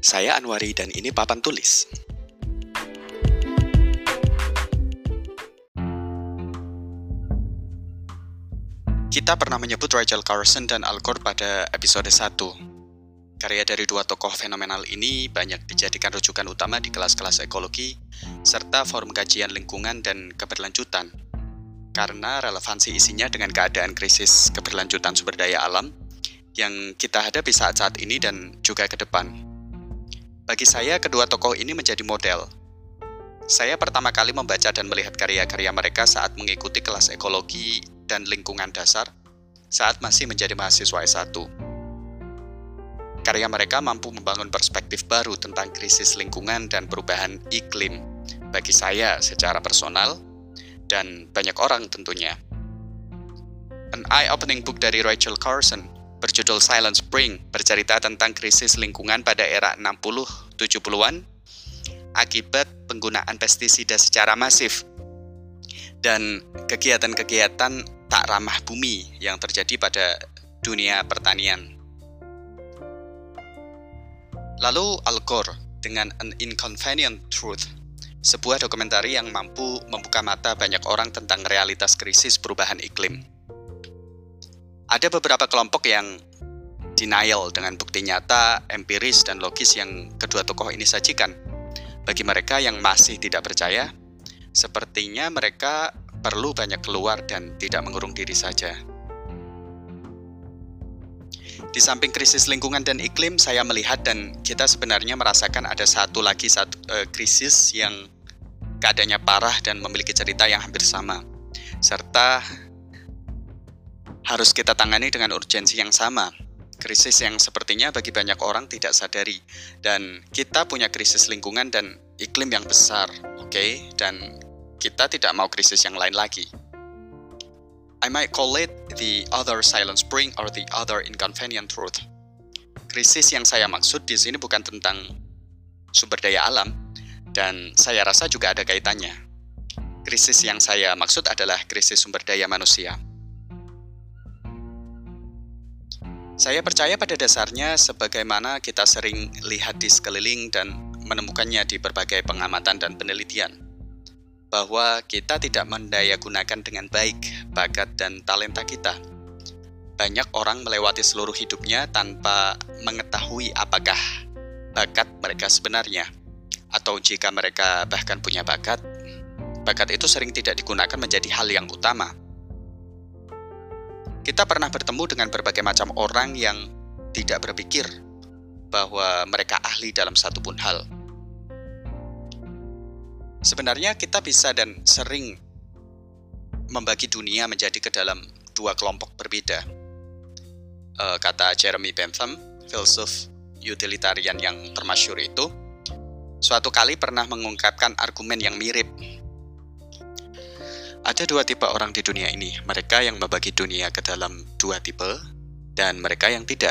Saya Anwari dan ini Papan Tulis. Kita pernah menyebut Rachel Carson dan Al Gore pada episode 1. Karya dari dua tokoh fenomenal ini banyak dijadikan rujukan utama di kelas-kelas ekologi serta forum kajian lingkungan dan keberlanjutan. Karena relevansi isinya dengan keadaan krisis keberlanjutan sumber daya alam yang kita hadapi saat-saat ini dan juga ke depan. Bagi saya, kedua tokoh ini menjadi model. Saya pertama kali membaca dan melihat karya-karya mereka saat mengikuti kelas ekologi dan lingkungan dasar saat masih menjadi mahasiswa S1. Karya mereka mampu membangun perspektif baru tentang krisis lingkungan dan perubahan iklim bagi saya secara personal dan banyak orang tentunya. An eye-opening book dari Rachel Carson berjudul Silent Spring bercerita tentang krisis lingkungan pada era 60-70-an akibat penggunaan pestisida secara masif dan kegiatan-kegiatan tak ramah bumi yang terjadi pada dunia pertanian. Lalu Al Gore dengan An Inconvenient Truth, sebuah dokumentari yang mampu membuka mata banyak orang tentang realitas krisis perubahan iklim. Ada beberapa kelompok yang denial dengan bukti nyata, empiris, dan logis yang kedua tokoh ini sajikan. Bagi mereka yang masih tidak percaya, sepertinya mereka perlu banyak keluar dan tidak mengurung diri saja. Di samping krisis lingkungan dan iklim, saya melihat dan kita sebenarnya merasakan ada satu krisis yang keadaannya parah dan memiliki cerita yang hampir sama, serta harus kita tangani dengan urgensi yang sama. Krisis yang sepertinya bagi banyak orang tidak sadari. Dan kita punya krisis lingkungan dan iklim yang besar, oke? Dan kita tidak mau krisis yang lain lagi. I might call it the other silent spring or the other inconvenient truth. Krisis yang saya maksud di sini bukan tentang sumber daya alam, dan saya rasa juga ada kaitannya. Krisis yang saya maksud adalah krisis sumber daya manusia. Saya percaya pada dasarnya sebagaimana kita sering lihat di sekeliling dan menemukannya di berbagai pengamatan dan penelitian, bahwa kita tidak mendayagunakan dengan baik bakat dan talenta kita. Banyak orang melewati seluruh hidupnya tanpa mengetahui apakah bakat mereka sebenarnya, atau jika mereka bahkan punya bakat itu sering tidak digunakan menjadi hal yang utama. Kita pernah bertemu dengan berbagai macam orang yang tidak berpikir bahwa mereka ahli dalam satu pun hal. Sebenarnya kita bisa dan sering membagi dunia menjadi ke dalam dua kelompok berbeda. Kata Jeremy Bentham, filsuf utilitarian yang termasyhur itu, suatu kali pernah mengungkapkan argumen yang mirip. Ada dua tipe orang di dunia ini, mereka yang membagi dunia ke dalam dua tipe, dan mereka yang tidak.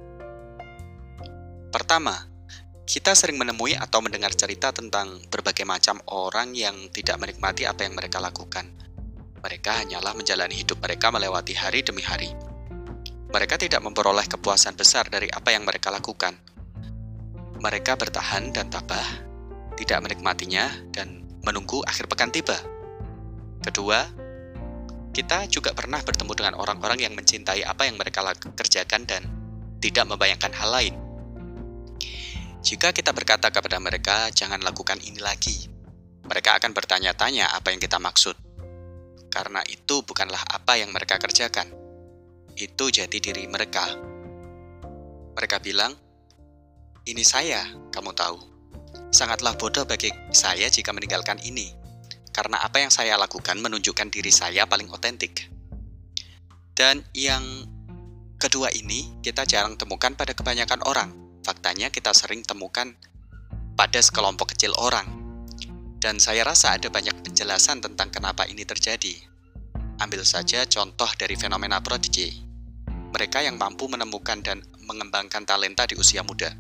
Pertama, kita sering menemui atau mendengar cerita tentang berbagai macam orang yang tidak menikmati apa yang mereka lakukan. Mereka hanyalah menjalani hidup mereka melewati hari demi hari. Mereka tidak memperoleh kepuasan besar dari apa yang mereka lakukan. Mereka bertahan dan tabah, tidak menikmatinya, dan menunggu akhir pekan tiba. Kedua, kita juga pernah bertemu dengan orang-orang yang mencintai apa yang mereka kerjakan dan tidak membayangkan hal lain. Jika kita berkata kepada mereka, jangan lakukan ini lagi, mereka akan bertanya-tanya apa yang kita maksud. Karena itu bukanlah apa yang mereka kerjakan. Itu jati diri mereka. Mereka bilang, ini saya, kamu tahu. Sangatlah bodoh bagi saya jika meninggalkan ini. Karena apa yang saya lakukan menunjukkan diri saya paling otentik. Dan yang kedua ini kita jarang temukan pada kebanyakan orang. Faktanya kita sering temukan pada sekelompok kecil orang. Dan saya rasa ada banyak penjelasan tentang kenapa ini terjadi. Ambil saja contoh dari fenomena prodigy. Mereka yang mampu menemukan dan mengembangkan talenta di usia muda.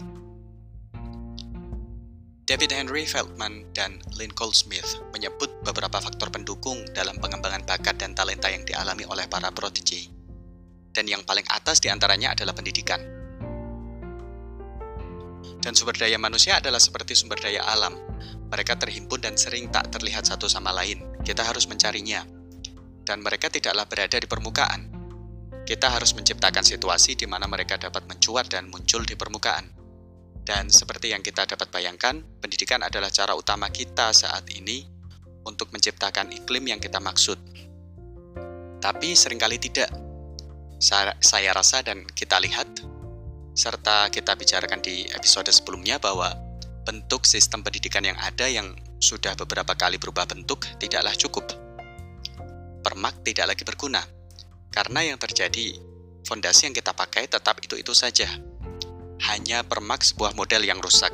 David Henry Feldman dan Lynn Goldsmith menyebut beberapa faktor pendukung dalam pengembangan bakat dan talenta yang dialami oleh para prodigy. Dan yang paling atas diantaranya adalah pendidikan. Dan sumber daya manusia adalah seperti sumber daya alam. Mereka terhimpun dan sering tak terlihat satu sama lain. Kita harus mencarinya. Dan mereka tidaklah berada di permukaan. Kita harus menciptakan situasi di mana mereka dapat mencuat dan muncul di permukaan. Dan seperti yang kita dapat bayangkan, pendidikan adalah cara utama kita saat ini untuk menciptakan iklim yang kita maksud. Tapi seringkali tidak. Saya rasa dan kita lihat, serta kita bicarakan di episode sebelumnya bahwa bentuk sistem pendidikan yang ada yang sudah beberapa kali berubah bentuk tidaklah cukup. Permak tidak lagi berguna, karena yang terjadi, fondasi yang kita pakai tetap itu-itu saja. Hanya permak sebuah model yang rusak.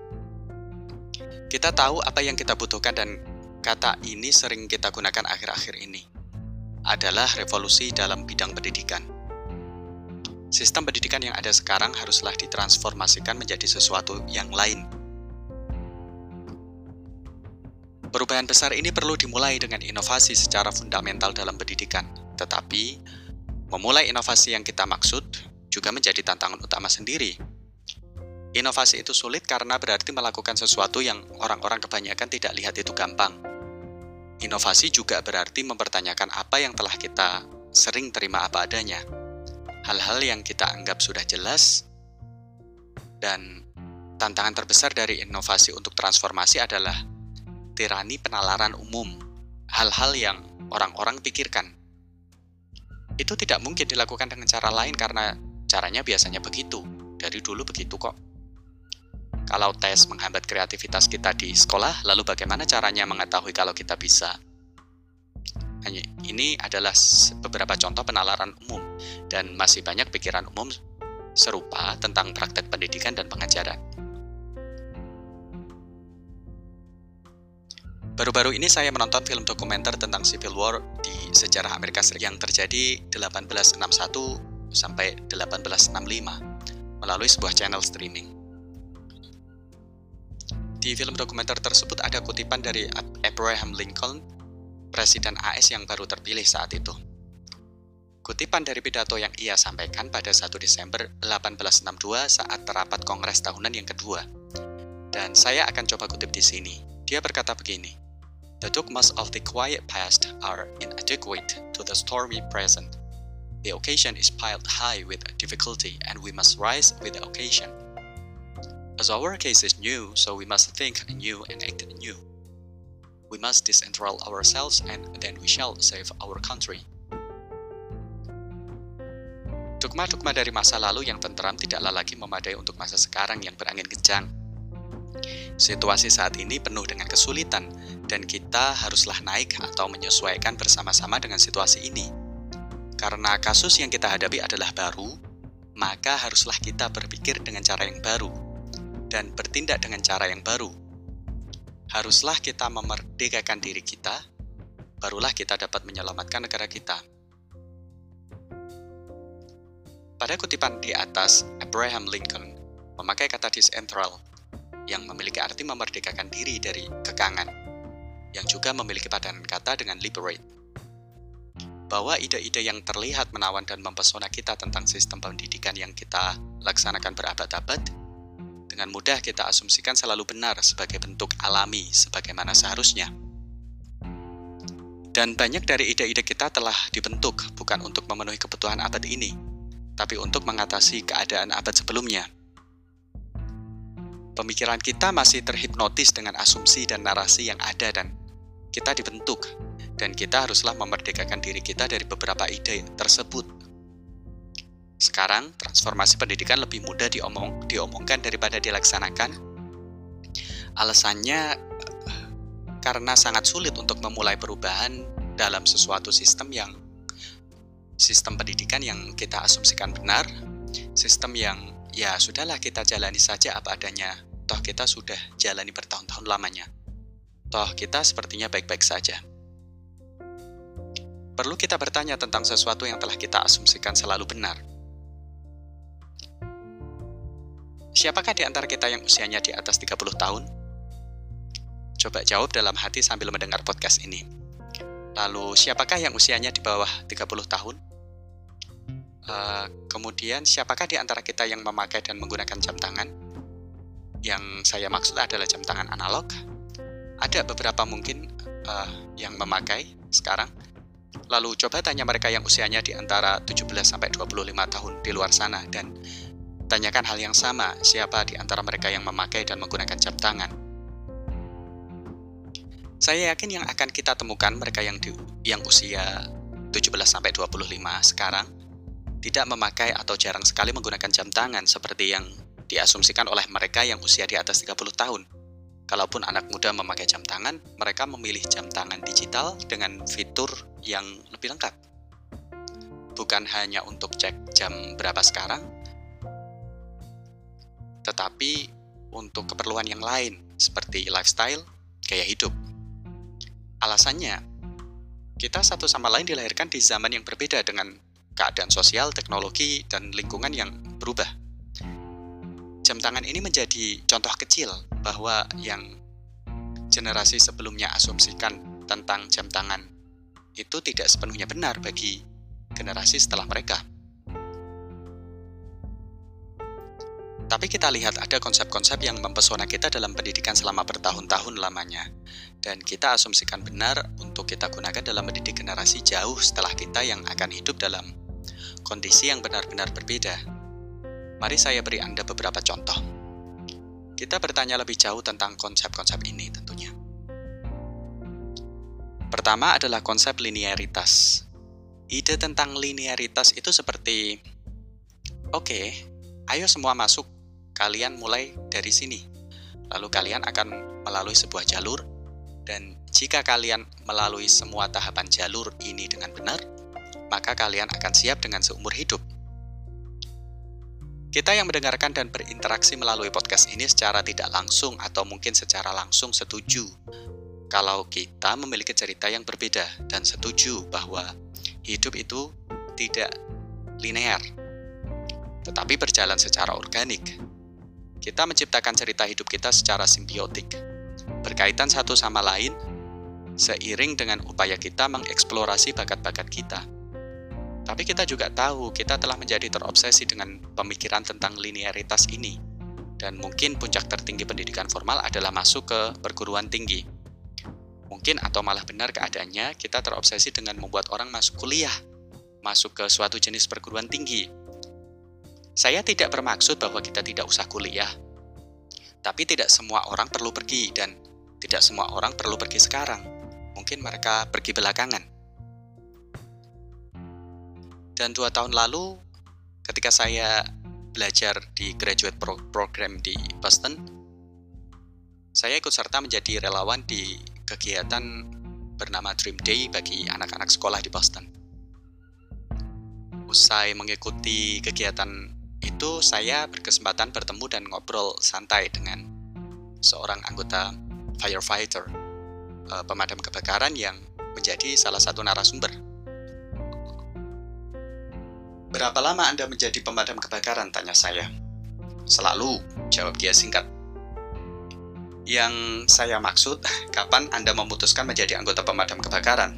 Kita tahu apa yang kita butuhkan dan kata ini sering kita gunakan akhir-akhir ini. Adalah revolusi dalam bidang pendidikan. Sistem pendidikan yang ada sekarang haruslah ditransformasikan menjadi sesuatu yang lain. Perubahan besar ini perlu dimulai dengan inovasi secara fundamental dalam pendidikan. Tetapi, memulai inovasi yang kita maksud juga menjadi tantangan utama sendiri. Inovasi itu sulit karena berarti melakukan sesuatu yang orang-orang kebanyakan tidak lihat itu gampang. Inovasi juga berarti mempertanyakan apa yang telah kita sering terima apa adanya. Hal-hal yang kita anggap sudah jelas, dan tantangan terbesar dari inovasi untuk transformasi adalah tirani penalaran umum, hal-hal yang orang-orang pikirkan. Itu tidak mungkin dilakukan dengan cara lain karena caranya biasanya begitu. Dari dulu begitu kok. Kalau tes menghambat kreativitas kita di sekolah, lalu bagaimana caranya mengetahui kalau kita bisa? Ini adalah beberapa contoh penalaran umum, dan masih banyak pikiran umum serupa tentang praktek pendidikan dan pengajaran. Baru-baru ini saya menonton film dokumenter tentang Civil War di sejarah Amerika Serikat yang terjadi 1861 sampai 1865 melalui sebuah channel streaming. Di film dokumenter tersebut ada kutipan dari Abraham Lincoln, Presiden AS yang baru terpilih saat itu. Kutipan dari pidato yang ia sampaikan pada 1 Desember 1862 saat rapat Kongres tahunan yang kedua. Dan saya akan coba kutip di sini. Dia berkata begini, "The dogmas of the quiet past are inadequate to the stormy present. The occasion is piled high with difficulty, and we must rise with the occasion. As our case is new, so we must think anew and act anew. We must disenthrall ourselves, and then we shall save our country." Dogma-dogma dari masa lalu yang tentram tidaklah lagi memadai untuk masa sekarang yang berangin kencang. Situasi saat ini penuh dengan kesulitan, dan kita haruslah naik atau menyesuaikan bersama-sama dengan situasi ini. Karena kasus yang kita hadapi adalah baru, maka haruslah kita berpikir dengan cara yang baru, dan bertindak dengan cara yang baru. Haruslah kita memerdekakan diri kita, barulah kita dapat menyelamatkan negara kita. Pada kutipan di atas, Abraham Lincoln memakai kata disentral, yang memiliki arti memerdekakan diri dari kekangan, yang juga memiliki padanan kata dengan liberate. Bahwa ide-ide yang terlihat menawan dan mempesona kita tentang sistem pendidikan yang kita laksanakan berabad-abad, dengan mudah kita asumsikan selalu benar sebagai bentuk alami sebagaimana seharusnya. Dan banyak dari ide-ide kita telah dibentuk bukan untuk memenuhi kebutuhan abad ini, tapi untuk mengatasi keadaan abad sebelumnya. Pemikiran kita masih terhipnotis dengan asumsi dan narasi yang ada dan kita dibentuk, dan kita haruslah memerdekakan diri kita dari beberapa ide tersebut. Sekarang, transformasi pendidikan lebih mudah diomongkan daripada dilaksanakan. Alasannya karena sangat sulit untuk memulai perubahan dalam sesuatu sistem pendidikan yang kita asumsikan benar, sistem yang ya sudahlah kita jalani saja apa adanya. Toh kita sudah jalani bertahun-tahun lamanya. Toh kita sepertinya baik-baik saja. Perlu kita bertanya tentang sesuatu yang telah kita asumsikan selalu benar. Siapakah di antara kita yang usianya di atas 30 tahun? Coba jawab dalam hati sambil mendengar podcast ini. Lalu siapakah yang usianya di bawah 30 tahun? Kemudian siapakah di antara kita yang memakai dan menggunakan jam tangan? yang saya maksud adalah jam tangan analog. Ada beberapa mungkin yang memakai sekarang. Lalu coba tanya mereka yang usianya di antara 17 sampai 25 tahun di luar sana dan tanyakan hal yang sama, siapa di antara mereka yang memakai dan menggunakan jam tangan. Saya yakin yang akan kita temukan mereka yang usia 17 sampai 25 sekarang tidak memakai atau jarang sekali menggunakan jam tangan seperti yang diasumsikan oleh mereka yang usia di atas 30 tahun. Kalaupun anak muda memakai jam tangan, mereka memilih jam tangan digital dengan fitur yang lebih lengkap. Bukan hanya untuk cek jam berapa sekarang, tetapi untuk keperluan yang lain seperti lifestyle, gaya hidup. Alasannya, kita satu sama lain dilahirkan di zaman yang berbeda dengan keadaan sosial, teknologi, dan lingkungan yang berubah. Jam tangan ini menjadi contoh kecil bahwa yang generasi sebelumnya asumsikan tentang jam tangan itu tidak sepenuhnya benar bagi generasi setelah mereka. Tapi kita lihat ada konsep-konsep yang mempesona kita dalam pendidikan selama bertahun-tahun lamanya. Dan kita asumsikan benar untuk kita gunakan dalam mendidik generasi jauh setelah kita yang akan hidup dalam kondisi yang benar-benar berbeda. Mari saya beri Anda beberapa contoh. Kita bertanya lebih jauh tentang konsep-konsep ini tentunya. Pertama adalah konsep linearitas. Ide tentang linearitas itu seperti, oke, ayo semua masuk, kalian mulai dari sini. Lalu kalian akan melalui sebuah jalur, dan jika kalian melalui semua tahapan jalur ini dengan benar, maka kalian akan siap dengan seumur hidup. Kita yang mendengarkan dan berinteraksi melalui podcast ini secara tidak langsung atau mungkin secara langsung setuju kalau kita memiliki cerita yang berbeda dan setuju bahwa hidup itu tidak linear, tetapi berjalan secara organik. Kita menciptakan cerita hidup kita secara simbiotik, berkaitan satu sama lain, seiring dengan upaya kita mengeksplorasi bakat-bakat kita. Tapi kita juga tahu kita telah menjadi terobsesi dengan pemikiran tentang linearitas ini. Dan mungkin puncak tertinggi pendidikan formal adalah masuk ke perguruan tinggi. Mungkin atau malah benar keadaannya kita terobsesi dengan membuat orang masuk kuliah, masuk ke suatu jenis perguruan tinggi. Saya tidak bermaksud bahwa kita tidak usah kuliah. Tapi tidak semua orang perlu pergi dan tidak semua orang perlu pergi sekarang. Mungkin mereka pergi belakangan. Dan 2 tahun lalu, ketika saya belajar di graduate program di Boston, saya ikut serta menjadi relawan di kegiatan bernama Dream Day bagi anak-anak sekolah di Boston. Usai mengikuti kegiatan itu, saya berkesempatan bertemu dan ngobrol santai dengan seorang anggota firefighter, pemadam kebakaran yang menjadi salah satu narasumber. Berapa lama Anda menjadi pemadam kebakaran? Tanya saya. Selalu, jawab dia singkat. Yang saya maksud, kapan Anda memutuskan menjadi anggota pemadam kebakaran?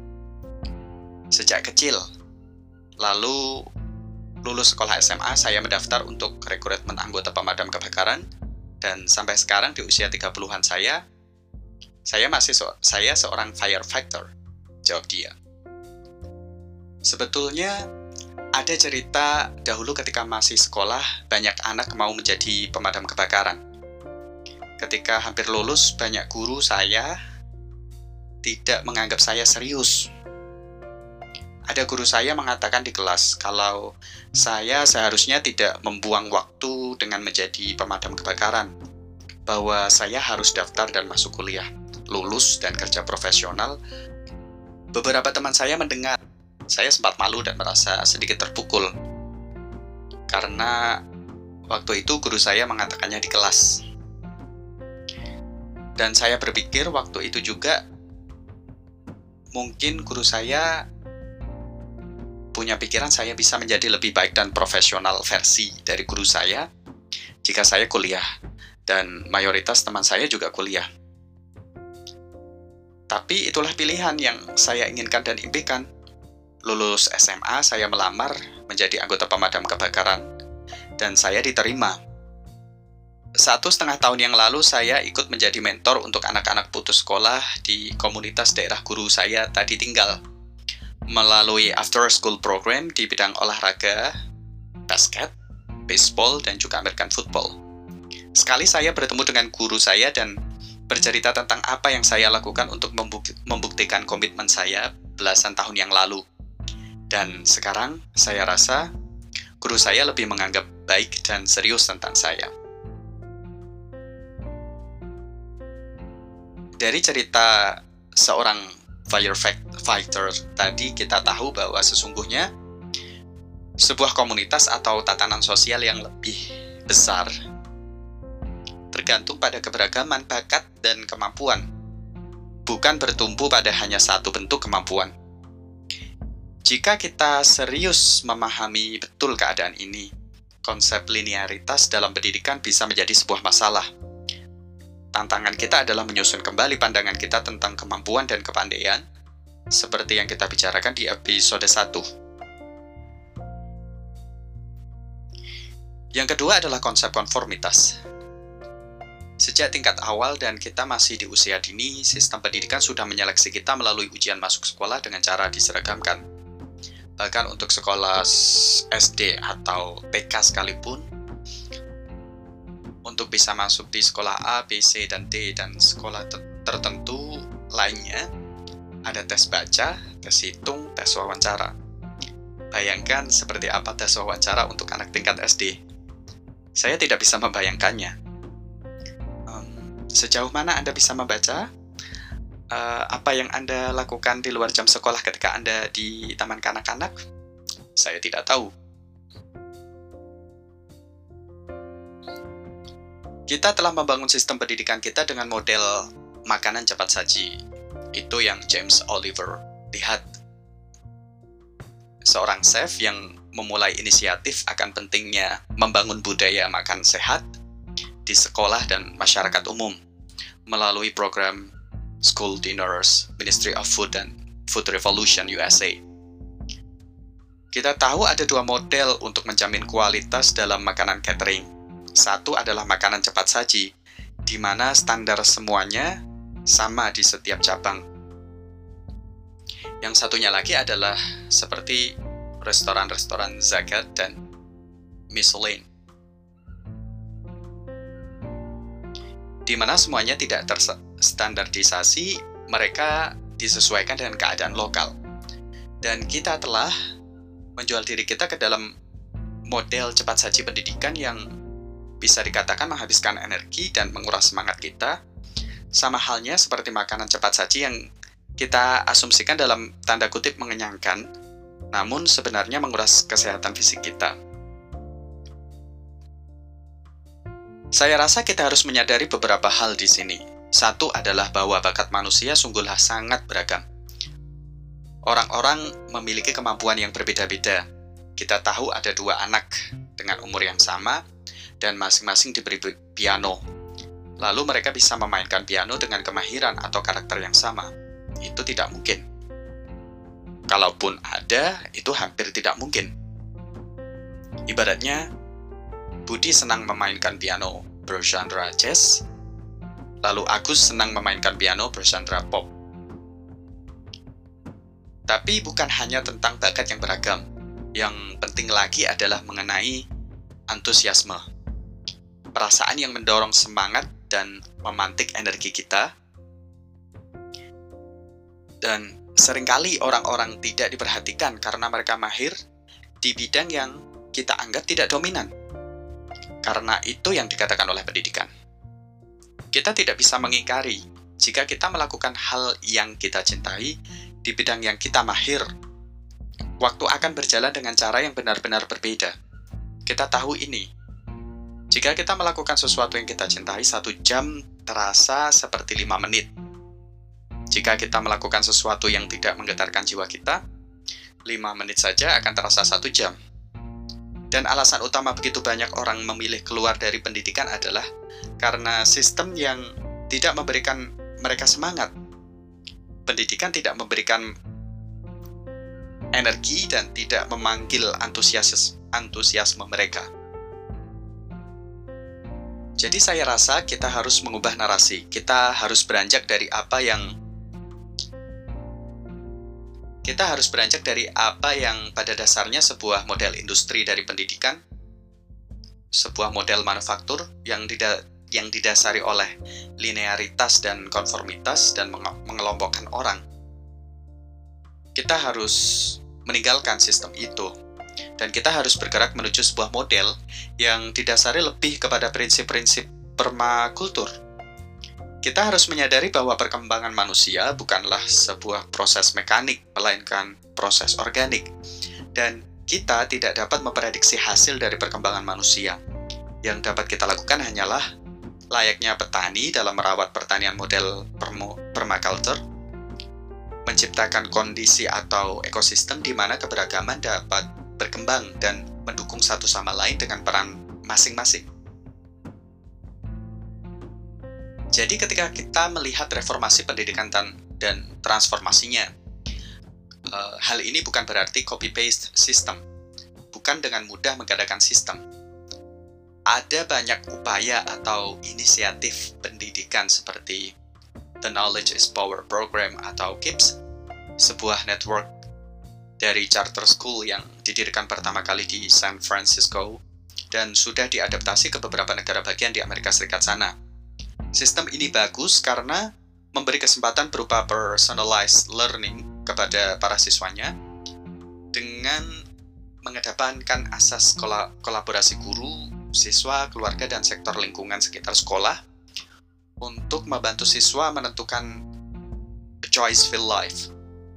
Sejak kecil. Lalu, lulus sekolah SMA, saya mendaftar untuk rekrutmen anggota pemadam kebakaran. Dan sampai sekarang di usia 30-an saya seorang firefighter, jawab dia. Sebetulnya, ada cerita dahulu ketika masih sekolah, banyak anak mau menjadi pemadam kebakaran. Ketika hampir lulus, banyak guru saya tidak menganggap saya serius. Ada guru saya mengatakan di kelas kalau saya seharusnya tidak membuang waktu dengan menjadi pemadam kebakaran, bahwa saya harus daftar dan masuk kuliah, lulus dan kerja profesional. Beberapa teman saya mendengar. Saya sempat malu dan merasa sedikit terpukul karena waktu itu guru saya mengatakannya di kelas. Dan saya berpikir waktu itu juga mungkin guru saya punya pikiran saya bisa menjadi lebih baik dan profesional versi dari guru saya jika saya kuliah, dan mayoritas teman saya juga kuliah. Tapi itulah pilihan yang saya inginkan dan impikan. Lulus SMA, saya melamar menjadi anggota pemadam kebakaran, dan saya diterima. 1,5 tahun yang lalu saya ikut menjadi mentor untuk anak-anak putus sekolah di komunitas daerah guru saya tadi tinggal. Melalui after school program di bidang olahraga, basket, baseball, dan juga American football. Sekali saya bertemu dengan guru saya dan bercerita tentang apa yang saya lakukan untuk membuktikan komitmen saya belasan tahun yang lalu. Dan sekarang saya rasa guru saya lebih menganggap baik dan serius tentang saya. Dari cerita seorang firefighter tadi, kita tahu bahwa sesungguhnya sebuah komunitas atau tatanan sosial yang lebih besar tergantung pada keberagaman bakat dan kemampuan, bukan bertumpu pada hanya satu bentuk kemampuan. Jika kita serius memahami betul keadaan ini, konsep linearitas dalam pendidikan bisa menjadi sebuah masalah. Tantangan kita adalah menyusun kembali pandangan kita tentang kemampuan dan kepandaian, seperti yang kita bicarakan di episode 1. Yang kedua adalah konsep konformitas. Sejak tingkat awal dan kita masih di usia dini, sistem pendidikan sudah menyeleksi kita melalui ujian masuk sekolah dengan cara diseragamkan. Bahkan untuk sekolah SD atau TK sekalipun, untuk bisa masuk di sekolah A, B, C, dan D, dan sekolah tertentu lainnya, ada tes baca, tes hitung, tes wawancara. Bayangkan seperti apa tes wawancara untuk anak tingkat SD. Saya tidak bisa membayangkannya. Sejauh mana Anda bisa membaca? Apa yang Anda lakukan di luar jam sekolah ketika Anda di taman kanak-kanak? Saya tidak tahu. Kita telah membangun sistem pendidikan kita dengan model makanan cepat saji. Itu yang James Oliver lihat. Seorang chef yang memulai inisiatif akan pentingnya membangun budaya makan sehat di sekolah dan masyarakat umum melalui program School Dinners, Ministry of Food and Food Revolution USA. Kita tahu ada dua model untuk menjamin kualitas dalam makanan catering. Satu adalah makanan cepat saji, di mana standar semuanya sama di setiap cabang. Yang satunya lagi adalah seperti restoran-restoran Zagat dan Michelin, di mana semuanya tidak terstandardisasi, mereka disesuaikan dengan keadaan lokal. Dan kita telah menjual diri kita ke dalam model cepat saji pendidikan yang bisa dikatakan menghabiskan energi dan menguras semangat kita, sama halnya seperti makanan cepat saji yang kita asumsikan dalam tanda kutip mengenyangkan, namun sebenarnya menguras kesehatan fisik kita. Saya rasa kita harus menyadari beberapa hal di sini. Satu adalah bahwa bakat manusia sungguhlah sangat beragam. Orang-orang memiliki kemampuan yang berbeda-beda. Kita tahu ada dua anak dengan umur yang sama, dan masing-masing diberi piano. Lalu mereka bisa memainkan piano dengan kemahiran atau karakter yang sama. Itu tidak mungkin. Kalaupun ada, itu hampir tidak mungkin. Ibaratnya, Budi senang memainkan piano bergenre jazz, lalu Agus senang memainkan piano bergenre pop. Tapi bukan hanya tentang bakat yang beragam. Yang penting lagi adalah mengenai antusiasme. Perasaan yang mendorong semangat dan memantik energi kita. Dan seringkali orang-orang tidak diperhatikan karena mereka mahir di bidang yang kita anggap tidak dominan. Karena itu yang dikatakan oleh pendidikan. Kita tidak bisa mengingkari jika kita melakukan hal yang kita cintai di bidang yang kita mahir. Waktu akan berjalan dengan cara yang benar-benar berbeda. Kita tahu ini. Jika kita melakukan sesuatu yang kita cintai, 1 jam terasa seperti 5 menit. Jika kita melakukan sesuatu yang tidak menggetarkan jiwa kita, 5 menit saja akan terasa 1 jam. Dan alasan utama begitu banyak orang memilih keluar dari pendidikan adalah karena sistem yang tidak memberikan mereka semangat. Pendidikan tidak memberikan energi dan tidak memanggil antusiasme mereka. Jadi saya rasa kita harus mengubah narasi. Kita harus beranjak dari apa yang pada dasarnya sebuah model industri dari pendidikan, sebuah model manufaktur yang didasari oleh linearitas dan konformitas dan mengelompokkan orang. Kita harus meninggalkan sistem itu, dan kita harus bergerak menuju sebuah model yang didasari lebih kepada prinsip-prinsip permakultur. Kita harus menyadari bahwa perkembangan manusia bukanlah sebuah proses mekanik, melainkan proses organik. Dan kita tidak dapat memprediksi hasil dari perkembangan manusia. Yang dapat kita lakukan hanyalah layaknya petani dalam merawat pertanian model permaculture, menciptakan kondisi atau ekosistem di mana keberagaman dapat berkembang dan mendukung satu sama lain dengan peran masing-masing. Jadi ketika kita melihat reformasi pendidikan dan transformasinya, hal ini bukan berarti copy-paste sistem, bukan dengan mudah mengadakan sistem. Ada banyak upaya atau inisiatif pendidikan seperti The Knowledge is Power Program atau KIPS, sebuah network dari charter school yang didirikan pertama kali di San Francisco dan sudah diadaptasi ke beberapa negara bagian di Amerika Serikat sana. Sistem ini bagus karena memberi kesempatan berupa personalized learning kepada para siswanya dengan mengedepankan asas kolaborasi guru, siswa, keluarga, dan sektor lingkungan sekitar sekolah untuk membantu siswa menentukan a choiceful life.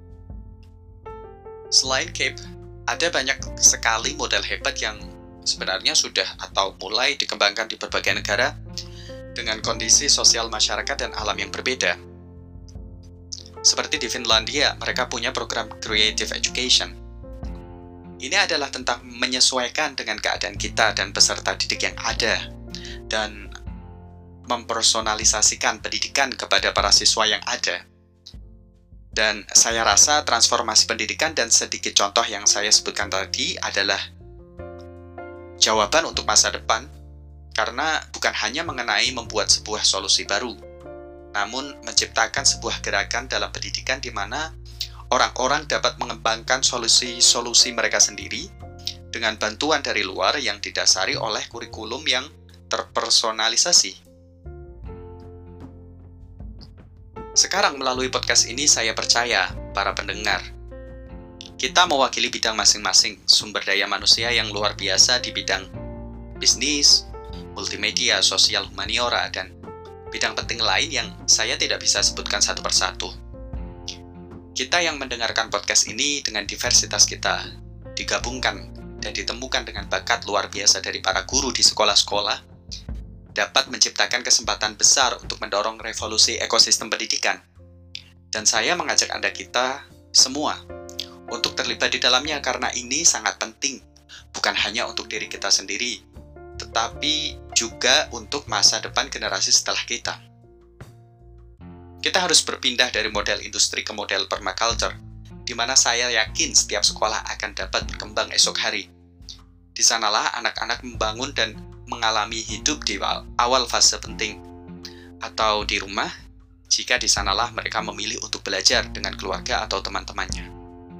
Selain CAPE, ada banyak sekali model hebat yang sebenarnya sudah atau mulai dikembangkan di berbagai negara dengan kondisi sosial masyarakat dan alam yang berbeda. Seperti di Finlandia, mereka punya program Creative Education. Ini adalah tentang menyesuaikan dengan keadaan kita dan peserta didik yang ada, dan mempersonalisasikan pendidikan kepada para siswa yang ada. Dan saya rasa transformasi pendidikan dan sedikit contoh yang saya sebutkan tadi adalah jawaban untuk masa depan, karena bukan hanya mengenai membuat sebuah solusi baru, namun menciptakan sebuah gerakan dalam pendidikan di mana orang-orang dapat mengembangkan solusi-solusi mereka sendiri dengan bantuan dari luar yang didasari oleh kurikulum yang terpersonalisasi. Sekarang melalui podcast ini saya percaya, para pendengar, kita mewakili bidang masing-masing sumber daya manusia yang luar biasa di bidang bisnis, multimedia, sosial, humaniora, dan bidang penting lain yang saya tidak bisa sebutkan satu persatu. Kita yang mendengarkan podcast ini dengan diversitas kita, digabungkan dan ditemukan dengan bakat luar biasa dari para guru di sekolah-sekolah, dapat menciptakan kesempatan besar untuk mendorong revolusi ekosistem pendidikan. Dan saya mengajak Anda kita semua untuk terlibat di dalamnya karena ini sangat penting, bukan hanya untuk diri kita sendiri, tetapi juga untuk masa depan generasi setelah kita. Kita harus berpindah dari model industri ke model permaculture, di mana saya yakin setiap sekolah akan dapat berkembang esok hari. Di sanalah anak-anak membangun dan mengalami hidup di awal fase penting, atau di rumah, jika di sanalah mereka memilih untuk belajar dengan keluarga atau teman-temannya.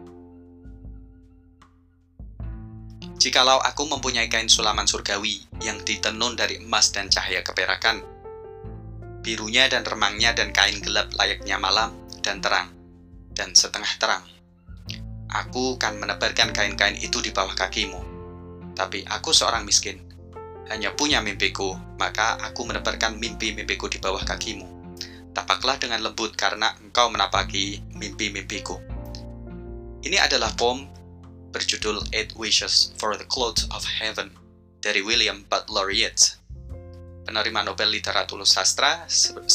Jikalau aku mempunyai kain sulaman surgawi yang ditenun dari emas dan cahaya keperakan, birunya dan remangnya dan kain gelap layaknya malam dan terang, dan setengah terang, aku akan menebarkan kain-kain itu di bawah kakimu. Tapi aku seorang miskin, hanya punya mimpiku, maka aku menebarkan mimpi-mimpiku di bawah kakimu. Tapaklah dengan lembut karena engkau menapaki mimpi-mimpiku. Ini adalah poem berjudul 8 Wishes for the Clouds of Heaven dari William Butler Yeats, penerima Nobel Literatur Sastra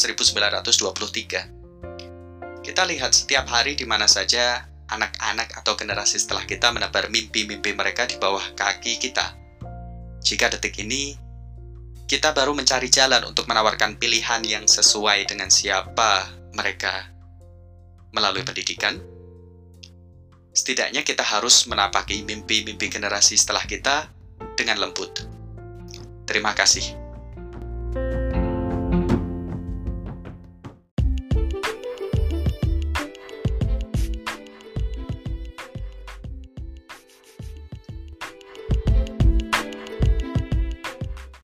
1923. Kita lihat setiap hari di mana saja anak-anak atau generasi setelah kita menebar mimpi-mimpi mereka di bawah kaki kita. Jika detik ini, kita baru mencari jalan untuk menawarkan pilihan yang sesuai dengan siapa mereka melalui pendidikan, setidaknya kita harus menapaki mimpi-mimpi generasi setelah kita dengan lembut. Terima kasih.